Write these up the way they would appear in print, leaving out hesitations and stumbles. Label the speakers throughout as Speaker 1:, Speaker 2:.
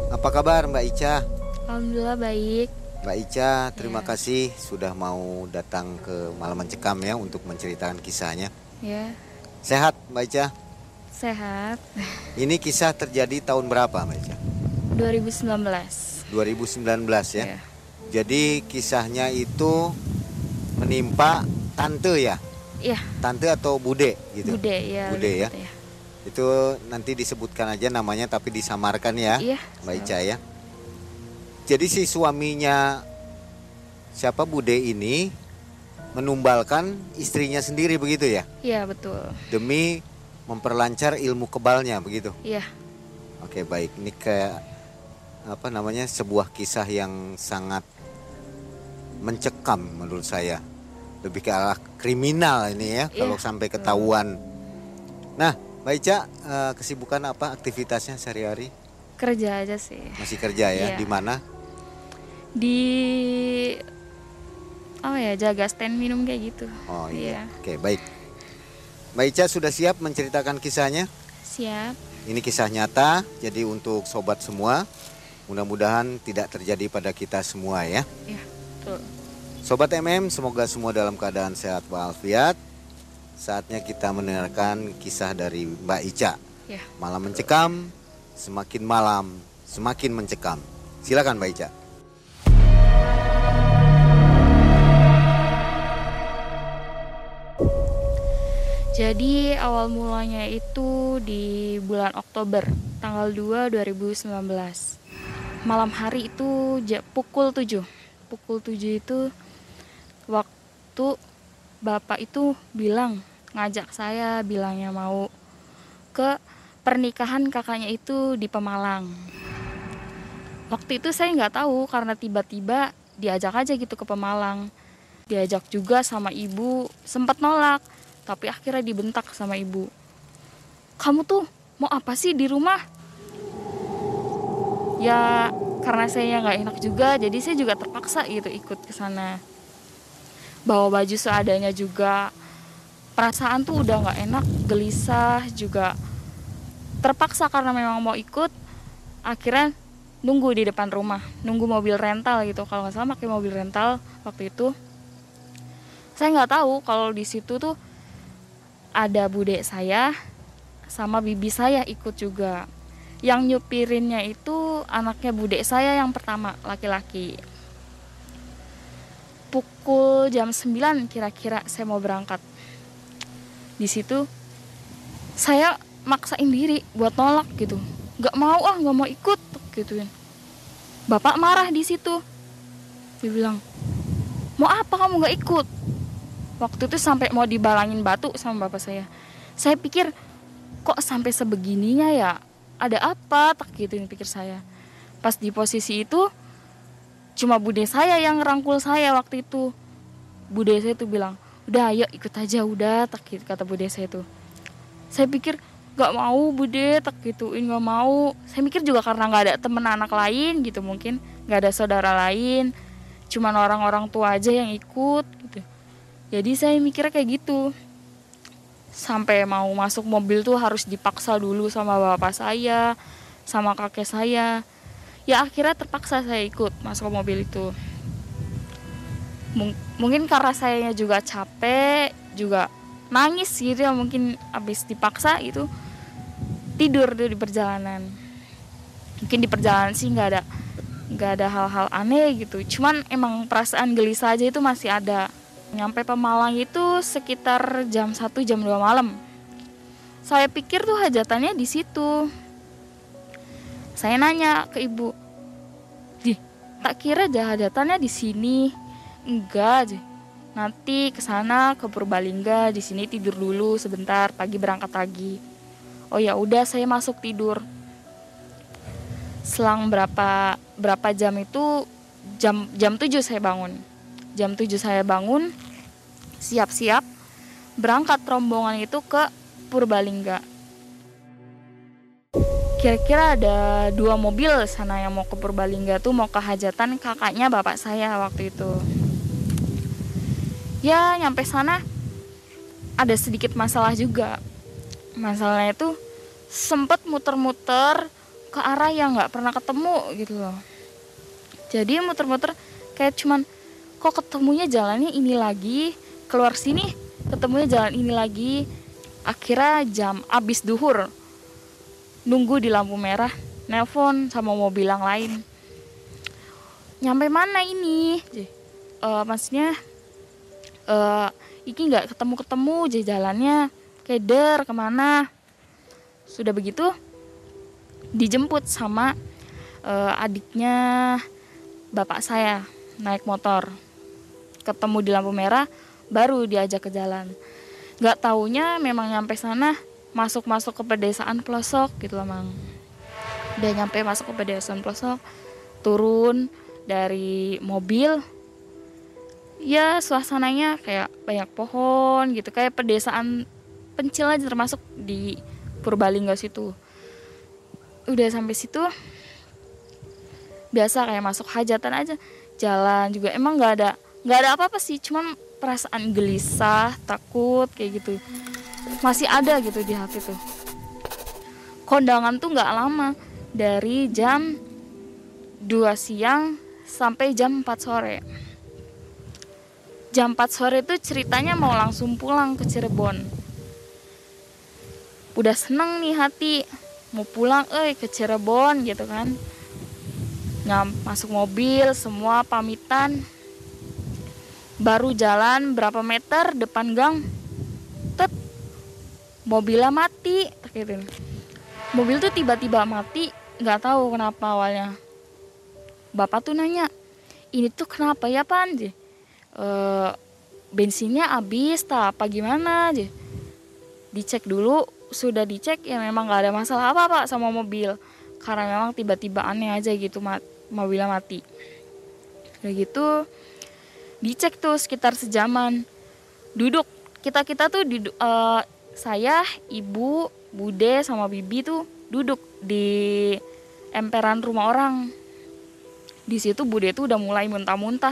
Speaker 1: Apa kabar Mbak Ica?
Speaker 2: Alhamdulillah baik.
Speaker 1: Mbak Ica, terima
Speaker 2: Ya,
Speaker 1: kasih sudah mau datang ke Malam Mencekam ya untuk menceritakan kisahnya.
Speaker 2: ya,
Speaker 1: Sehat Mbak Ica?
Speaker 2: sehat.
Speaker 1: Ini kisah terjadi tahun berapa Mbak Ica?
Speaker 2: 2019.
Speaker 1: 2019 ya.
Speaker 2: Ya,
Speaker 1: Jadi kisahnya itu menimpa tante ya?
Speaker 2: ya,
Speaker 1: Tante atau bude gitu?
Speaker 2: Bude ya.
Speaker 1: Bude
Speaker 2: lebih
Speaker 1: ya.
Speaker 2: tepatnya.
Speaker 1: Itu nanti disebutkan aja namanya tapi disamarkan ya
Speaker 2: Iya.
Speaker 1: Mbak Ica ya. Jadi si suaminya siapa bude ini menumbalkan istrinya sendiri begitu ya?
Speaker 2: Iya betul.
Speaker 1: Demi memperlancar ilmu kebalnya begitu.
Speaker 2: Iya,
Speaker 1: Oke, baik. Ini kayak apa namanya? Sebuah kisah yang sangat mencekam menurut saya. Lebih ke arah kriminal ini ya
Speaker 2: Iya,
Speaker 1: kalau sampai
Speaker 2: betul.
Speaker 1: ketahuan. Nah, Mbak Ica, kesibukan apa aktivitasnya sehari-hari?
Speaker 2: Kerja aja sih.
Speaker 1: Masih kerja ya?
Speaker 2: Iya.
Speaker 1: Di mana?
Speaker 2: Di jaga stand minum kayak gitu.
Speaker 1: Oh iya.
Speaker 2: Iya.
Speaker 1: Oke, baik. Mbak Ica sudah siap menceritakan kisahnya?
Speaker 2: Siap.
Speaker 1: Ini kisah nyata, jadi untuk sobat semua, mudah-mudahan tidak terjadi pada kita semua ya.
Speaker 2: Iya, betul.
Speaker 1: Sobat MM, semoga semua dalam keadaan sehat walafiat. Saatnya kita mendengarkan kisah dari Mbak Ica.
Speaker 2: Ya.
Speaker 1: Malam Mencekam, semakin malam, semakin mencekam. Silakan Mbak Ica.
Speaker 2: Jadi awal mulanya itu di bulan Oktober, tanggal 2 2019. Malam hari itu pukul 7. Pukul 7 itu waktu bapak itu ngajak saya, bilangnya mau ke pernikahan kakaknya itu di Pemalang. Waktu itu saya nggak tahu karena tiba-tiba diajak aja gitu ke Pemalang. Diajak juga sama ibu, sempat nolak. Tapi akhirnya dibentak sama ibu. Kamu tuh mau apa sih di rumah? Ya karena saya nggak enak juga, jadi saya juga terpaksa gitu ikut ke sana. Bawa baju seadanya juga. Perasaan tuh udah nggak enak, gelisah juga. Terpaksa karena memang mau ikut. Akhirnya nunggu di depan rumah, nunggu mobil rental gitu. Kalau nggak salah pakai mobil rental waktu itu. Saya nggak tahu kalau di situ tuh ada bude saya sama bibi saya ikut juga. Yang nyupirinnya itu anaknya bude saya yang pertama, laki-laki. Pukul jam 9 kira-kira saya mau berangkat. Di situ saya maksain diri buat nolak gitu. Nggak mau ikut gituin. Bapak marah di situ. Dia bilang, "Mau apa kamu nggak ikut?" Waktu itu sampai mau dibalangin batu sama bapak saya. Saya pikir kok sampai sebegininya ya? Ada apa? Tak gitu pikir saya. Pas di posisi itu cuma bude saya yang ngerangkul saya waktu itu. Bude saya tuh bilang, "Udah ayo ikut aja udah," tak gitu kata bude saya tuh. Saya pikir gak mau bude, tak gituin gak mau. Saya mikir juga karena gak ada temen anak lain gitu mungkin. Gak ada saudara lain. Cuman orang-orang tua aja yang ikut gitu. Jadi saya mikirnya kayak gitu. Sampai mau masuk mobil tuh harus dipaksa dulu sama bapak saya, sama kakek saya. Ya akhirnya terpaksa saya ikut masuk ke mobil itu. Mungkin karena saya juga capek, juga nangis gitu ya, mungkin habis dipaksa itu tidur tuh di perjalanan. Mungkin di perjalanan sih nggak ada hal-hal aneh gitu. Cuman emang perasaan gelisah aja itu masih ada. Nyampe Pemalang itu sekitar jam 1 jam 2 malam. Saya pikir tuh hajatannya di situ. Saya nanya ke ibu, tak kira hajatannya di sini." "Enggak, nanti ke sana ke Purbalingga, di sini tidur dulu sebentar, pagi berangkat lagi." Oh ya udah, saya masuk tidur. Selang berapa jam itu jam 7 saya bangun. Jam 7 saya bangun, siap-siap berangkat rombongan itu ke Purbalingga. Kira-kira ada 2 mobil sana yang mau ke Purbalingga tuh, mau ke hajatan kakaknya bapak saya waktu itu. Ya nyampe sana ada sedikit masalah juga. Masalahnya itu sempet muter-muter ke arah yang nggak pernah ketemu gitu loh. Jadi muter-muter kayak cuman kok ketemunya jalannya ini lagi, keluar sini ketemunya jalan ini lagi. Akhirnya jam abis duhur, nunggu di lampu merah, nelpon sama mobil yang lain. Nyampe mana ini? Maksudnya iki nggak ketemu jalannya, keder kemana? Sudah begitu dijemput sama adiknya bapak saya naik motor, ketemu di lampu merah, baru diajak ke jalan. Nggak taunya memang nyampe sana masuk ke pedesaan pelosok gitu loh Mang. Udah nyampe masuk ke pedesaan pelosok, turun dari mobil, ya suasananya kayak banyak pohon gitu, kayak pedesaan pencil aja, termasuk di Purbalingga situ. Udah sampai situ biasa kayak masuk hajatan aja, jalan juga emang nggak ada apa-apa sih, cuman perasaan gelisah, takut kayak gitu masih ada gitu di hati tuh. Kondangan tuh nggak lama, dari jam 2 siang sampai jam 4 sore. Jam 4 sore tuh ceritanya mau langsung pulang ke Cirebon. Udah seneng nih hati, mau pulang ke Cirebon gitu kan. Masuk mobil, semua pamitan. Baru jalan berapa meter depan gang, mobilnya mati gitu. Mobil tuh tiba-tiba mati, nggak tahu kenapa awalnya. Bapak tuh nanya, ini tuh kenapa ya Pan? Bensinnya habis tak apa gimana aja? Dicek dulu, sudah dicek ya memang nggak ada masalah apa-apa sama mobil, karena memang tiba-tiba aneh aja gitu mobilnya mati. Kayak gitu dicek tuh sekitar sejaman. Duduk kita tuh saya, ibu, bude sama bibi tuh duduk di emperan rumah orang. Di situ bude tuh udah mulai muntah-muntah.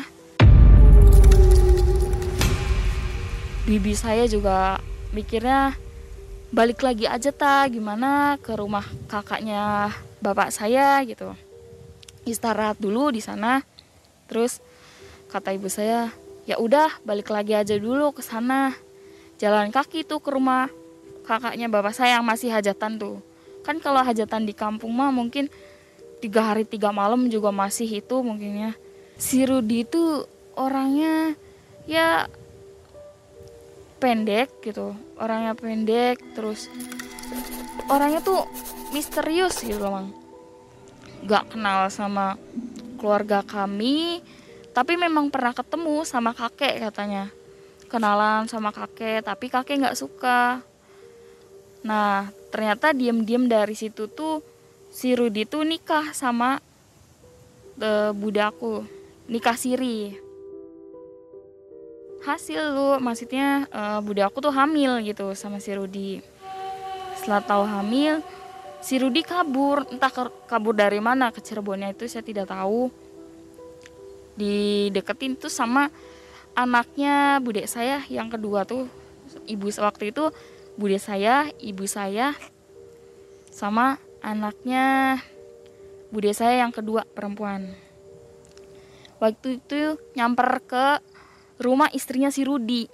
Speaker 2: Bibi saya juga mikirnya balik lagi aja gimana ke rumah kakaknya bapak saya gitu. Istirahat dulu di sana. Terus kata ibu saya, ya udah balik lagi aja dulu ke sana. Jalan kaki tuh ke rumah kakaknya bapak saya yang masih hajatan tuh. Kan kalau hajatan di kampung mah mungkin 3 hari 3 malam juga masih itu mungkinnya. Si Rudi itu orangnya ya pendek gitu. Orangnya pendek, terus orangnya tuh misterius gitu loh Mang. Gak kenal sama keluarga kami, tapi memang pernah ketemu sama kakek katanya. Kenalan sama kakek, tapi kakek nggak suka. Nah, ternyata diam-diam dari situ tuh si Rudi tuh nikah sama budaku, nikah siri. Hasil lu, maksudnya budaku tuh hamil gitu sama si Rudi. Setelah tahu hamil, si Rudi kabur, entah kabur dari mana ke Cirebonnya itu saya tidak tahu. Dideketin tuh sama anaknya bude saya yang kedua tuh, ibu waktu itu bude saya, ibu saya, sama anaknya bude saya yang kedua perempuan. Waktu itu nyamper ke rumah istrinya si Rudi.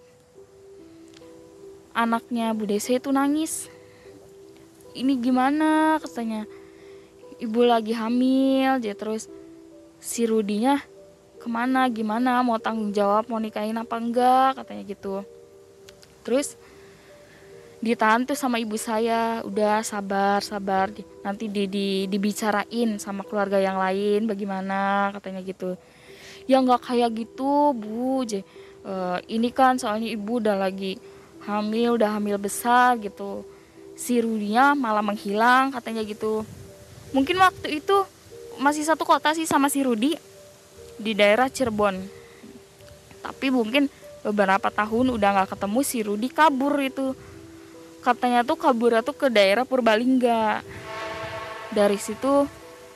Speaker 2: Anaknya bude saya tuh nangis. Ini gimana katanya, ibu lagi hamil aja. Terus si Rudinya kemana, gimana, mau tanggung jawab, mau nikahin apa enggak katanya gitu. Terus ditahan tuh sama ibu saya, udah sabar nanti dibicarain sama keluarga yang lain bagaimana katanya gitu. Ya nggak kayak gitu bu, ini kan soalnya ibu udah lagi hamil, udah hamil besar gitu. Si Rudinya malah menghilang katanya gitu. Mungkin waktu itu masih satu kota sih sama si Rudi, di daerah Cirebon. Tapi mungkin beberapa tahun udah nggak ketemu, si Rudi kabur itu. Katanya tuh kaburnya tuh ke daerah Purbalingga. Dari situ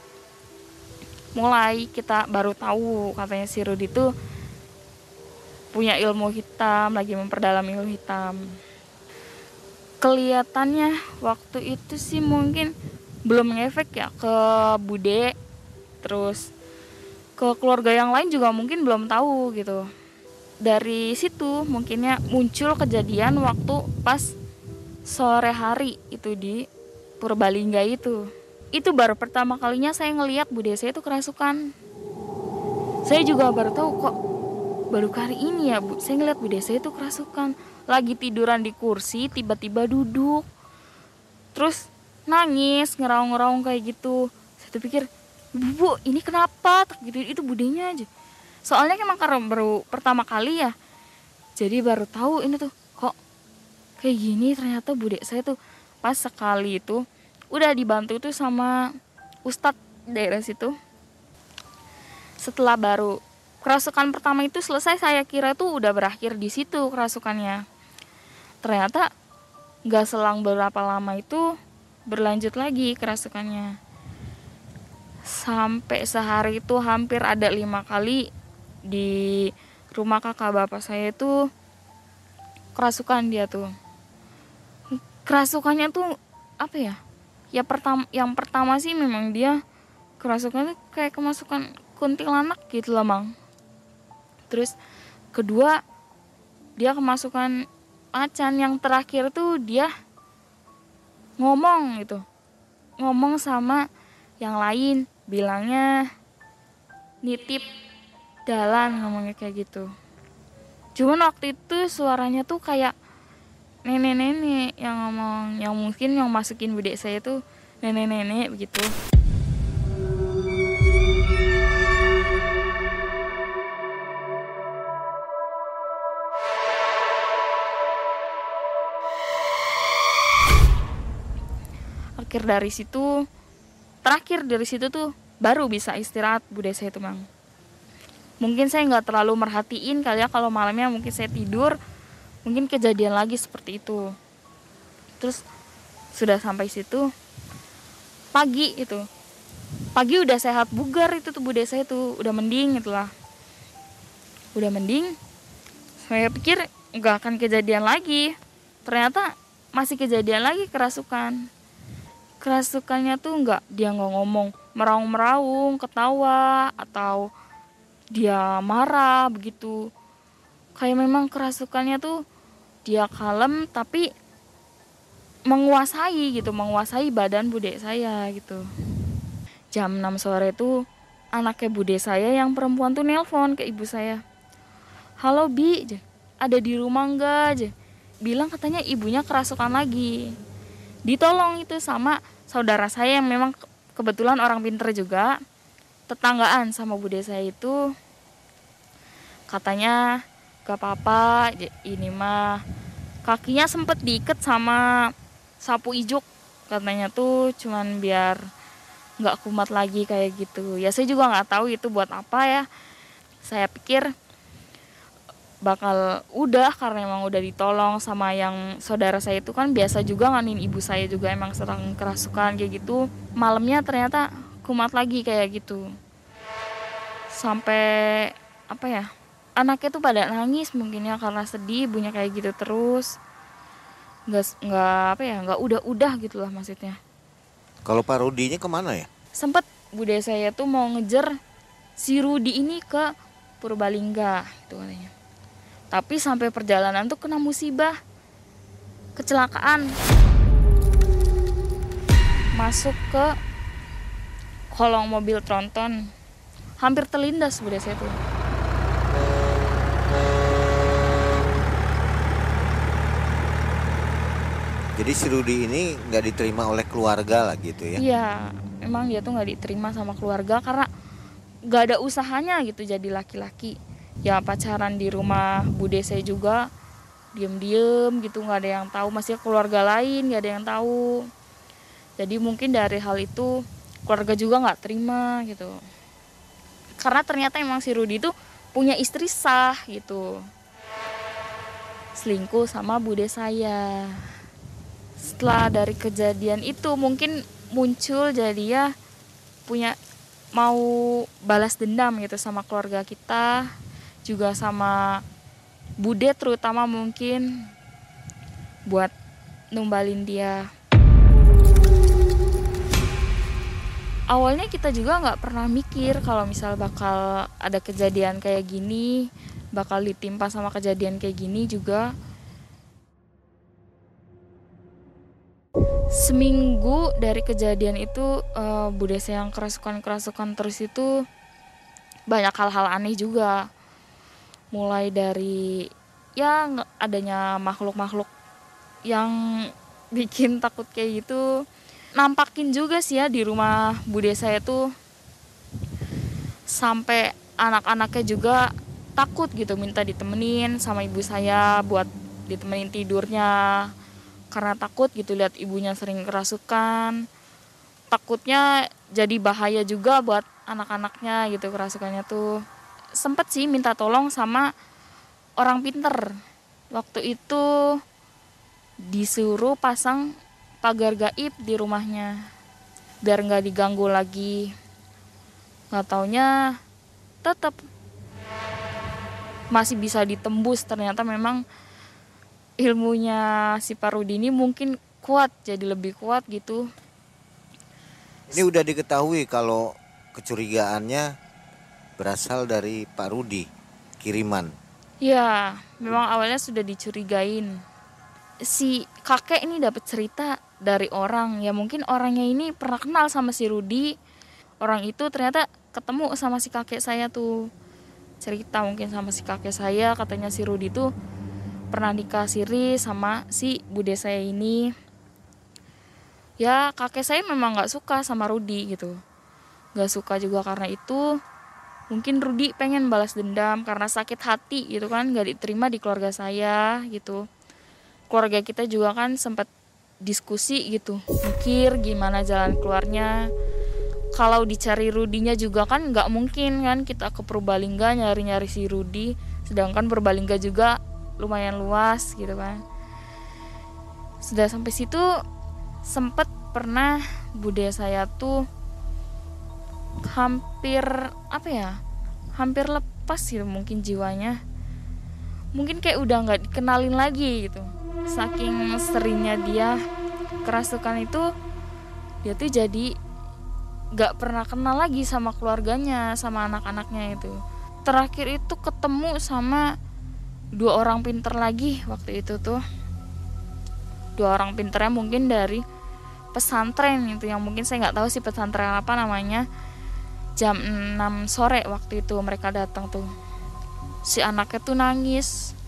Speaker 2: mulai kita baru tahu katanya si Rudi tuh punya ilmu hitam, lagi memperdalam ilmu hitam. Kelihatannya waktu itu sih mungkin belum ngefek ya ke bude, terus ke keluarga yang lain juga mungkin belum tahu gitu. Dari situ mungkinnya muncul kejadian waktu pas sore hari itu di Purbalingga itu. Itu baru pertama kalinya saya ngelihat bude saya itu kerasukan. Saya juga baru tahu kok baru kali ini ya Bu, saya ngeliat bude saya itu kerasukan. Lagi tiduran di kursi, tiba-tiba duduk. Terus nangis, ngeraung-ngeraung kayak gitu. Saya tuh pikir, Bu, ini kenapa? Gitu, itu budenya aja. Soalnya emang karena baru pertama kali ya. Jadi baru tahu ini tuh, kok kayak gini ternyata bude saya tuh pas sekali itu udah dibantu tuh sama ustadz daerah situ. Setelah baru kerasukan pertama itu selesai, saya kira tuh udah berakhir di situ kerasukannya. Ternyata gak selang berapa lama itu berlanjut lagi kerasukannya. Sampai sehari itu hampir ada 5 kali di rumah kakak bapak saya itu kerasukan dia tuh. Kerasukannya tuh apa ya? Yang pertama sih memang dia kerasukan tuh kayak kemasukan kuntilanak gitu lah, Mang. Terus kedua dia kemasukan macan. Yang terakhir tuh dia ngomong gitu, ngomong sama yang lain, bilangnya nitip dalan, ngomongnya kayak gitu. Cuman waktu itu suaranya tuh kayak nenek-nenek yang ngomong, yang mungkin yang masukin bude saya tuh nenek-nenek begitu. Terakhir dari situ tuh baru bisa istirahat bude saya tuh, Mang. Mungkin saya nggak terlalu merhatiin kali ya, kalau malamnya mungkin saya tidur, mungkin kejadian lagi seperti itu. Terus sudah sampai situ pagi udah sehat bugar itu tuh bude saya tuh udah mending itulah. Udah mending, saya pikir nggak akan kejadian lagi. Ternyata masih kejadian lagi kerasukan. Kerasukannya tuh dia nggak ngomong, meraung-meraung, ketawa, atau dia marah begitu. Kayak memang kerasukannya tuh dia kalem tapi menguasai badan bude saya gitu. Jam 6 sore tuh anaknya bude saya yang perempuan tuh nelpon ke ibu saya. Halo Bi, ada di rumah enggak? Bilang katanya ibunya kerasukan lagi. Ditolong itu sama saudara saya yang memang kebetulan orang pinter juga, tetanggaan sama bude saya itu. Katanya gak apa-apa, ini mah kakinya sempet diikat sama sapu ijuk, katanya tuh cuman biar gak kumat lagi kayak gitu. Ya saya juga gak tahu itu buat apa ya. Saya pikir bakal udah, karena emang udah ditolong sama yang saudara saya itu kan biasa juga nganin ibu saya juga emang sedang kerasukan kayak gitu. Malamnya ternyata kumat lagi kayak gitu. Sampai apa ya? Anaknya tuh pada nangis mungkin ya karena sedih ibunya kayak gitu terus. Nggak udah gitulah maksudnya.
Speaker 1: Kalau Pak Rudinya kemana ya?
Speaker 2: Sempet bude saya tuh mau ngejar si Rudi ini ke Purbalingga gitu katanya. Tapi sampai perjalanan tuh kena musibah, kecelakaan, masuk ke kolong mobil tronton, hampir terlindas bude saya tuh.
Speaker 1: Jadi si Rudi ini nggak diterima oleh keluarga lah gitu ya?
Speaker 2: Iya, emang dia tuh nggak diterima sama keluarga karena nggak ada usahanya gitu jadi laki-laki. Ya pacaran di rumah bude saya juga diem-diem gitu, nggak ada yang tahu, masih keluarga lain nggak ada yang tahu. Jadi mungkin dari hal itu keluarga juga nggak terima gitu, karena ternyata emang si Rudi itu punya istri sah gitu, selingkuh sama bude saya. Setelah dari kejadian itu mungkin muncul jadi ya punya mau balas dendam gitu sama keluarga kita, juga sama bude terutama mungkin buat numbalin dia. awalnya kita juga nggak pernah mikir kalau misal bakal ada kejadian kayak gini, bakal ditimpa sama kejadian kayak gini juga. Seminggu dari kejadian itu, Bude saya yang kerasukan terus itu banyak hal-hal aneh juga. Mulai dari ya adanya makhluk-makhluk yang bikin takut kayak gitu. Nampakin juga sih ya di rumah Bude saya tuh, sampai anak-anaknya juga takut gitu minta ditemenin sama ibu saya buat ditemenin tidurnya, karena takut gitu lihat ibunya sering kerasukan. Takutnya jadi bahaya juga buat anak-anaknya gitu kerasukannya tuh. Sempet sih minta tolong sama orang pinter. Waktu itu disuruh pasang pagar gaib di rumahnya biar nggak diganggu lagi. Nggak taunya tetap masih bisa ditembus. Ternyata memang ilmunya si Pak Rudi ini mungkin kuat, jadi lebih kuat gitu.
Speaker 1: Ini udah diketahui kalau kecurigaannya berasal dari Pak Rudi, kiriman.
Speaker 2: Ya, memang awalnya sudah dicurigain. Si kakek ini dapat cerita dari orang, ya mungkin orangnya ini pernah kenal sama si Rudi. Orang itu ternyata ketemu sama si kakek saya tuh. Cerita mungkin sama si kakek saya, katanya si Rudi tuh pernah nikah siri sama si bude saya ini. Ya kakek saya memang gak suka sama Rudi gitu. Gak suka juga karena itu. Mungkin Rudi pengen balas dendam karena sakit hati gitu kan, gak diterima di keluarga saya gitu. Keluarga kita juga kan sempat diskusi gitu, mikir gimana jalan keluarnya. Kalau dicari Rudinya juga kan gak mungkin kan kita ke Purbalingga nyari-nyari si Rudi, sedangkan Purbalingga juga lumayan luas gitu kan. Sudah sampai situ sempet pernah bude saya tuh hampir hampir lepas gitu mungkin jiwanya. Mungkin kayak udah gak dikenalin lagi gitu. Saking seringnya dia kerasukan itu, dia tuh jadi gak pernah kenal lagi sama keluarganya, sama anak-anaknya itu. Terakhir itu ketemu sama 2 orang pinter lagi waktu itu tuh. 2 orang pinternya mungkin dari pesantren itu, yang mungkin saya gak tahu sih pesantren apa namanya. Jam 6 sore waktu itu mereka datang tuh. Si anaknya tuh nangis,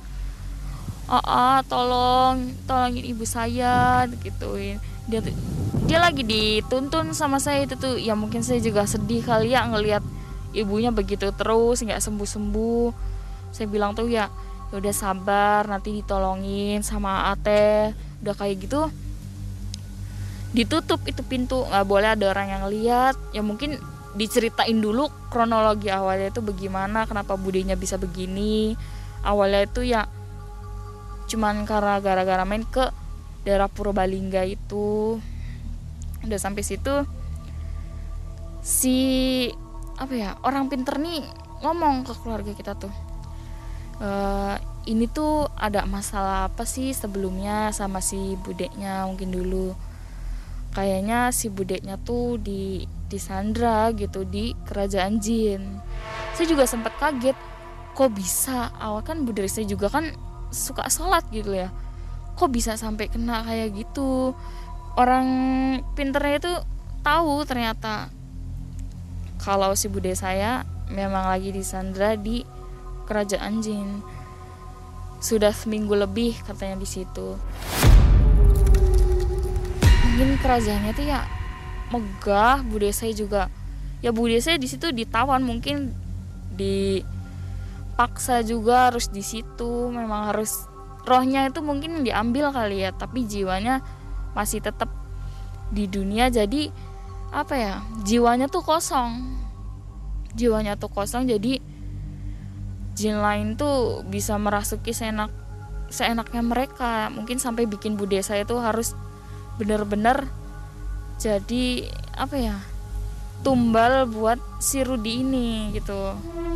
Speaker 2: tolongin ibu saya gituin. Dia lagi dituntun sama saya itu tuh. Ya mungkin saya juga sedih kali ya ngelihat ibunya begitu terus nggak sembuh-sembuh. Saya bilang tuh ya udah sabar, nanti ditolongin sama Ate. Udah kayak gitu ditutup itu pintu, nggak boleh ada orang yang lihat. Ya mungkin diceritain dulu kronologi awalnya itu bagaimana, kenapa budenya bisa begini. Awalnya itu ya cuman karena gara-gara main ke daerah Purbalingga itu. Udah sampai situ si orang pinter nih ngomong ke keluarga kita tuh, ini tuh ada masalah apa sih sebelumnya sama si budeknya. Mungkin dulu kayaknya si budeknya tuh disandra gitu di kerajaan jin. Saya juga sempat kaget, kok bisa. Awal kan bude saya juga kan suka sholat gitu ya, kok bisa sampai kena kayak gitu. Orang pinternya itu tahu ternyata kalau si bude saya memang lagi disandra di kerajaan jin. Sudah seminggu lebih katanya di situ. Mungkin kerajaannya tuh ya megah. Bude saya juga, ya bude saya di situ ditawan, mungkin dipaksa juga harus di situ. Memang harus, rohnya itu mungkin diambil kali ya, tapi jiwanya masih tetap di dunia. Jadi jiwanya tuh kosong. Jadi jin lain tuh bisa merasuki seenaknya mereka. Mungkin sampai bikin bude saya tuh harus benar-benar jadi tumbal buat si Rudi ini gitu.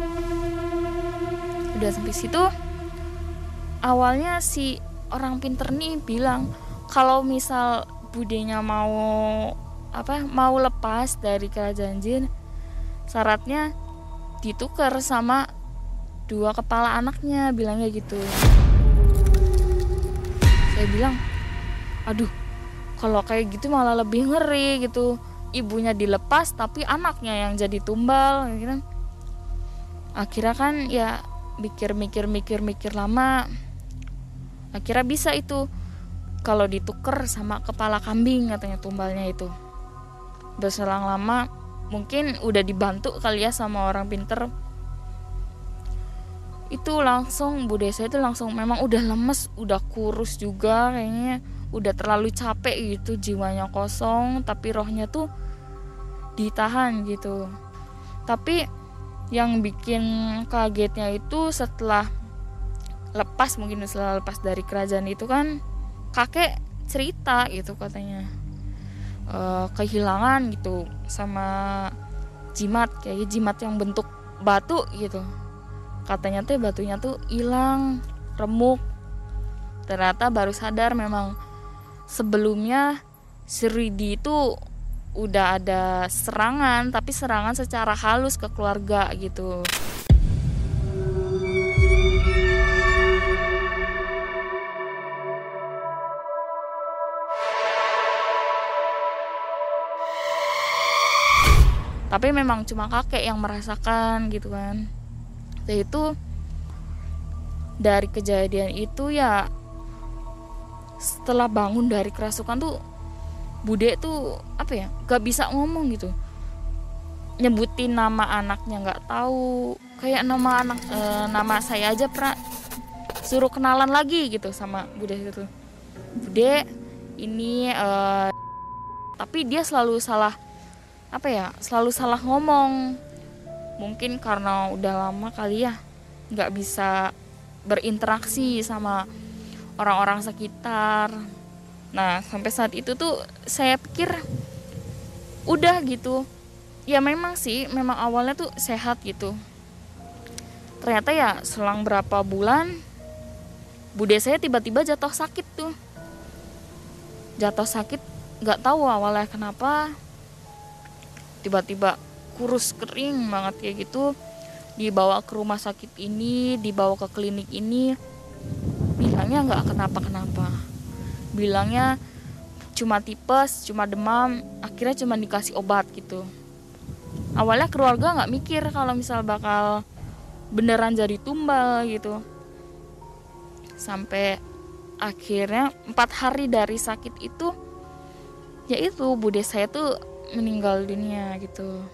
Speaker 2: Udah sampai situ, awalnya si orang pinter nih bilang kalau misal budenya mau mau lepas dari kerajaan jin, syaratnya ditukar sama 2 kepala anaknya, bilangnya gitu. Saya bilang, aduh, kalau kayak gitu malah lebih ngeri gitu. Ibunya dilepas tapi anaknya yang jadi tumbal gitu. Akhirnya kan ya mikir lama. Akhirnya bisa itu kalau ditukar sama kepala kambing katanya tumbalnya itu. Berselang lama mungkin udah dibantu kali ya sama orang pinter. Itu langsung Bu Desa itu langsung memang udah lemes, udah kurus juga kayaknya, udah terlalu capek gitu, jiwanya kosong tapi rohnya tuh ditahan gitu. Tapi yang bikin kagetnya itu setelah lepas dari kerajaan itu kan kakek cerita gitu katanya kehilangan gitu sama jimat, kayak jimat yang bentuk batu gitu. Katanya tuh batunya tuh hilang, remuk. Ternyata baru sadar memang sebelumnya si Rudi itu udah ada serangan, tapi serangan secara halus ke keluarga gitu. Tapi memang cuma kakek yang merasakan gitu kan. Dan itu dari kejadian itu ya, setelah bangun dari kerasukan tuh Bude tuh gak bisa ngomong gitu, nyebutin nama anaknya nggak tahu, kayak nama saya aja pernah suruh kenalan lagi gitu sama Bude itu. Bude ini tapi dia selalu salah ngomong. Mungkin karena udah lama kali ya nggak bisa berinteraksi sama orang-orang sekitar. Nah sampai saat itu tuh saya pikir udah gitu ya, memang awalnya tuh sehat gitu. Ternyata ya selang berapa bulan Bude saya tiba-tiba jatuh sakit, nggak tahu awalnya kenapa, tiba-tiba kurus kering banget kayak gitu. Dibawa ke rumah sakit ini, dibawa ke klinik ini, bilangnya nggak kenapa-kenapa, bilangnya cuma tipes, cuma demam. Akhirnya cuma dikasih obat gitu. Awalnya keluarga nggak mikir kalau misal bakal beneran jadi tumbal gitu. Sampai akhirnya 4 hari dari sakit itu, yaitu Bude saya tuh meninggal dunia gitu.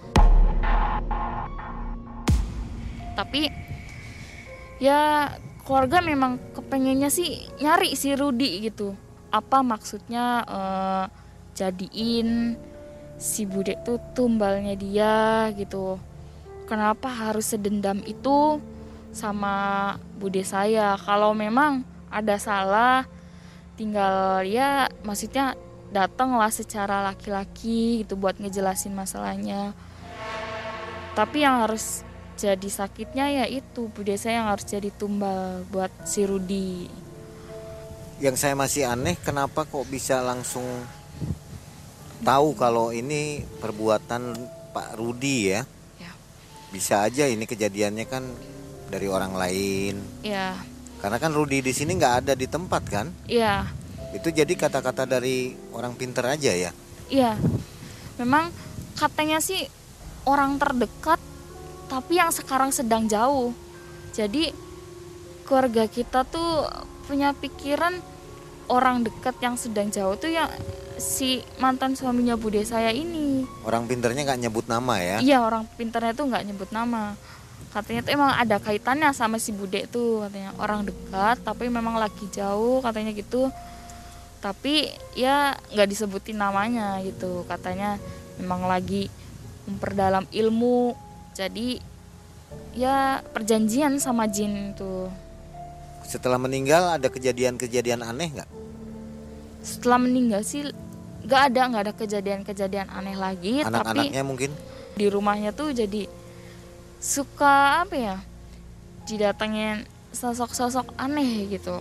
Speaker 2: Tapi ya keluarga memang kepengennya sih nyari si Rudi gitu. Apa maksudnya jadiin si Bude tuh tumbalnya dia gitu. Kenapa harus sedendam itu sama Bude saya? Kalau memang ada salah, tinggal ya maksudnya datanglah secara laki-laki gitu buat ngejelasin masalahnya. Tapi yang harus jadi sakitnya ya itu Bude saya yang harus jadi tumbal buat si Rudi.
Speaker 1: Yang saya masih aneh, kenapa kok bisa langsung tahu kalau ini perbuatan Pak Rudi ya?
Speaker 2: Ya.
Speaker 1: Bisa aja ini kejadiannya kan dari orang lain.
Speaker 2: Ya.
Speaker 1: Karena kan Rudi di sini nggak ada di tempat kan?
Speaker 2: Iya.
Speaker 1: Itu jadi kata-kata dari orang pinter aja ya?
Speaker 2: Iya. Memang katanya sih orang terdekat, tapi yang sekarang sedang jauh. Jadi keluarga kita tuh punya pikiran orang dekat yang sedang jauh tuh ya si mantan suaminya Bude saya ini.
Speaker 1: Orang pinternya nggak nyebut nama ya?
Speaker 2: Iya, orang pinternya tuh nggak nyebut nama. Katanya tuh emang ada kaitannya sama si Bude tuh, katanya orang dekat tapi memang lagi jauh katanya gitu. Tapi ya nggak disebutin namanya gitu. Katanya memang lagi memperdalam ilmu. Jadi ya perjanjian sama jin tuh.
Speaker 1: Setelah meninggal ada kejadian-kejadian aneh nggak?
Speaker 2: Setelah meninggal sih nggak ada kejadian-kejadian aneh lagi.
Speaker 1: Anak-anaknya
Speaker 2: tapi
Speaker 1: mungkin?
Speaker 2: Di rumahnya tuh jadi suka didatengin sosok-sosok aneh gitu.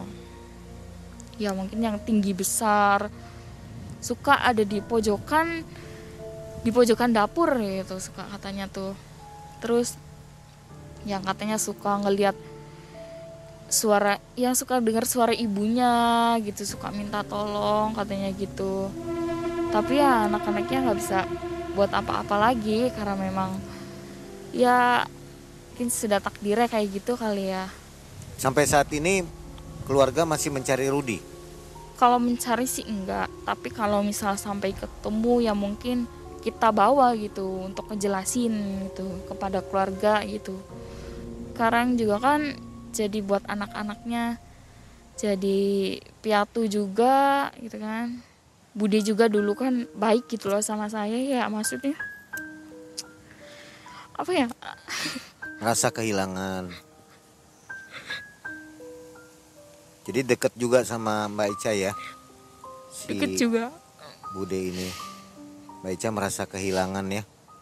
Speaker 2: Ya mungkin yang tinggi besar, suka ada di pojokan di pojokan dapur gitu suka katanya tuh. Terus yang katanya suka ngelihat suara, yang suka dengar suara ibunya gitu, suka minta tolong katanya gitu. Tapi ya anak-anaknya nggak bisa buat apa-apa lagi karena memang ya mungkin sudah takdirnya kayak gitu kali ya.
Speaker 1: Sampai saat ini keluarga masih mencari Rudi.
Speaker 2: Kalau mencari sih enggak, tapi kalau misal sampai ketemu ya mungkin kita bawa gitu untuk ngejelasin gitu kepada keluarga gitu. Sekarang juga kan jadi buat anak-anaknya jadi piatu juga gitu kan. Bude juga dulu kan baik gitu loh sama saya ya, maksudnya apa ya,
Speaker 1: Rasa kehilangan. Jadi deket juga sama Mbak Ica ya. Si
Speaker 2: deket juga.
Speaker 1: Bude ini. Mbak Ica merasa kehilangan ya.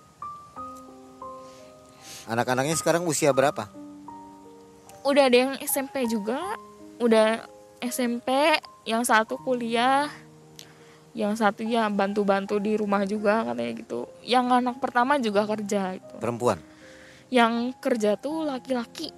Speaker 1: Anak-anaknya sekarang usia berapa?
Speaker 2: Udah ada yang SMP juga, udah SMP, yang satu kuliah, yang satu ya bantu-bantu di rumah juga katanya gitu. Yang anak pertama juga kerja itu.
Speaker 1: Perempuan.
Speaker 2: Yang kerja tuh laki-laki.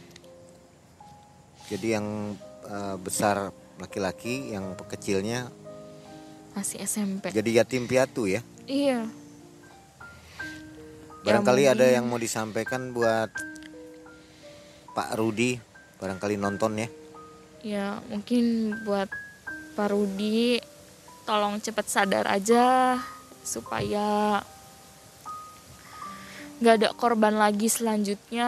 Speaker 1: Jadi yang besar laki-laki, yang kecilnya
Speaker 2: Masih SMP.
Speaker 1: jadi yatim piatu ya.
Speaker 2: Iya.
Speaker 1: Barangkali
Speaker 2: Ya,
Speaker 1: ada yang mau disampaikan buat Pak Rudi, barangkali nonton ya.
Speaker 2: ya mungkin buat Pak Rudi, tolong cepat sadar aja supaya nggak ada korban lagi selanjutnya.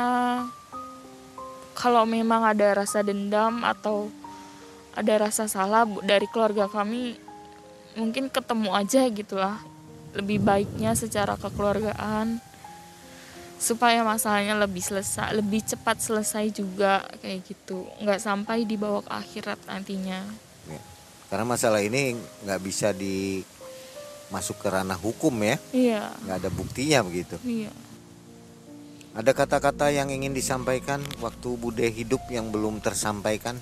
Speaker 2: Kalau memang ada rasa dendam atau ada rasa salah dari keluarga kami, mungkin ketemu aja gitulah. Lebih baiknya secara kekeluargaan supaya masalahnya lebih cepat selesai juga kayak gitu. Nggak sampai dibawa ke akhirat nantinya.
Speaker 1: Ya. Karena masalah ini nggak bisa masuk ke ranah hukum ya.
Speaker 2: Iya.
Speaker 1: Nggak ada buktinya begitu.
Speaker 2: Iya.
Speaker 1: Ada kata-kata yang ingin disampaikan waktu Bude hidup yang belum tersampaikan?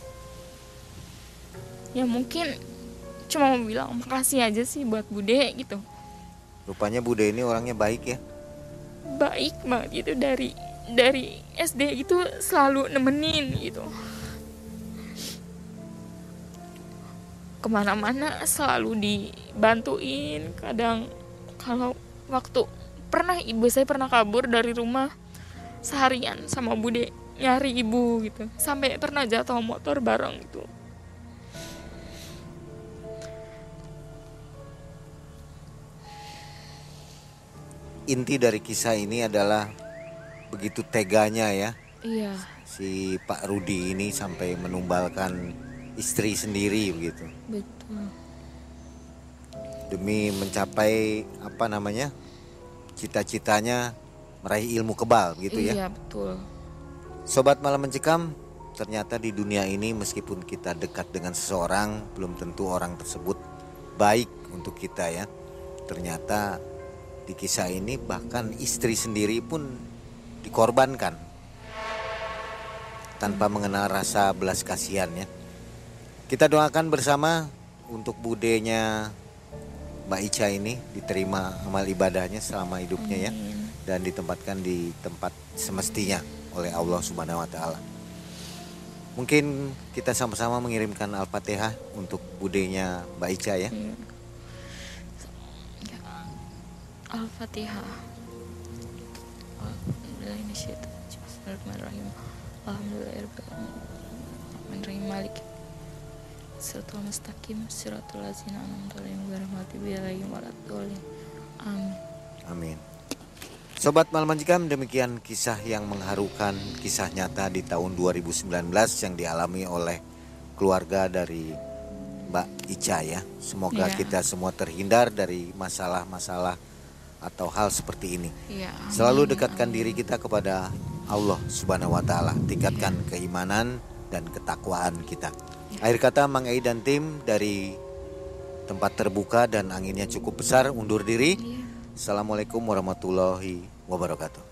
Speaker 2: Ya mungkin cuma mau bilang makasih aja sih buat Bude gitu.
Speaker 1: Rupanya Bude ini orangnya baik ya.
Speaker 2: Baik banget gitu, dari SD gitu selalu nemenin gitu. Kemana-mana selalu dibantuin. Kadang kalau waktu ibu saya pernah kabur dari rumah seharian sama Bude nyari ibu gitu, sampai pernah jatuh motor bareng gitu.
Speaker 1: Inti dari kisah ini adalah begitu teganya ya
Speaker 2: Iya.
Speaker 1: si Pak Rudi ini sampai menumbalkan istri sendiri begitu
Speaker 2: Betul.
Speaker 1: demi mencapai cita-citanya meraih ilmu kebal gitu ya.
Speaker 2: Iya betul.
Speaker 1: Sobat Malam Mencekam, ternyata di dunia ini meskipun kita dekat dengan seseorang, belum tentu orang tersebut baik untuk kita ya. Ternyata di kisah ini bahkan istri sendiri pun dikorbankan tanpa mengenal rasa belas kasihan ya. Kita doakan bersama untuk budenya Mbak Ica ini diterima amal ibadahnya selama hidupnya ya, dan ditempatkan di tempat semestinya oleh Allah Subhanahu wa taala. Mungkin kita sama-sama mengirimkan Al-Fatihah untuk budenya Mbak Ica ya.
Speaker 2: Al-Fatihah. Bismillahirrahmanirrahim. Alhamdulillahirrahmanirrahim. Malik Siratal mustaqim siratal ladzina an'amta alaihim ghairil maghdubi alaihim waladdallin. Amin.
Speaker 1: Amin. Sobat Malam Mencekam, demikian kisah yang mengharukan, kisah nyata di tahun 2019 yang dialami oleh keluarga dari Mbak Ica ya. Semoga kita semua terhindar dari masalah-masalah atau hal seperti ini. Selalu dekatkan diri kita kepada Allah Subhanahu wa taala, tingkatkan keimanan dan ketakwaan kita. Akhir kata, Mang Ei dan tim dari tempat terbuka dan anginnya cukup besar undur diri. Assalamualaikum warahmatullahi wabarakatuh.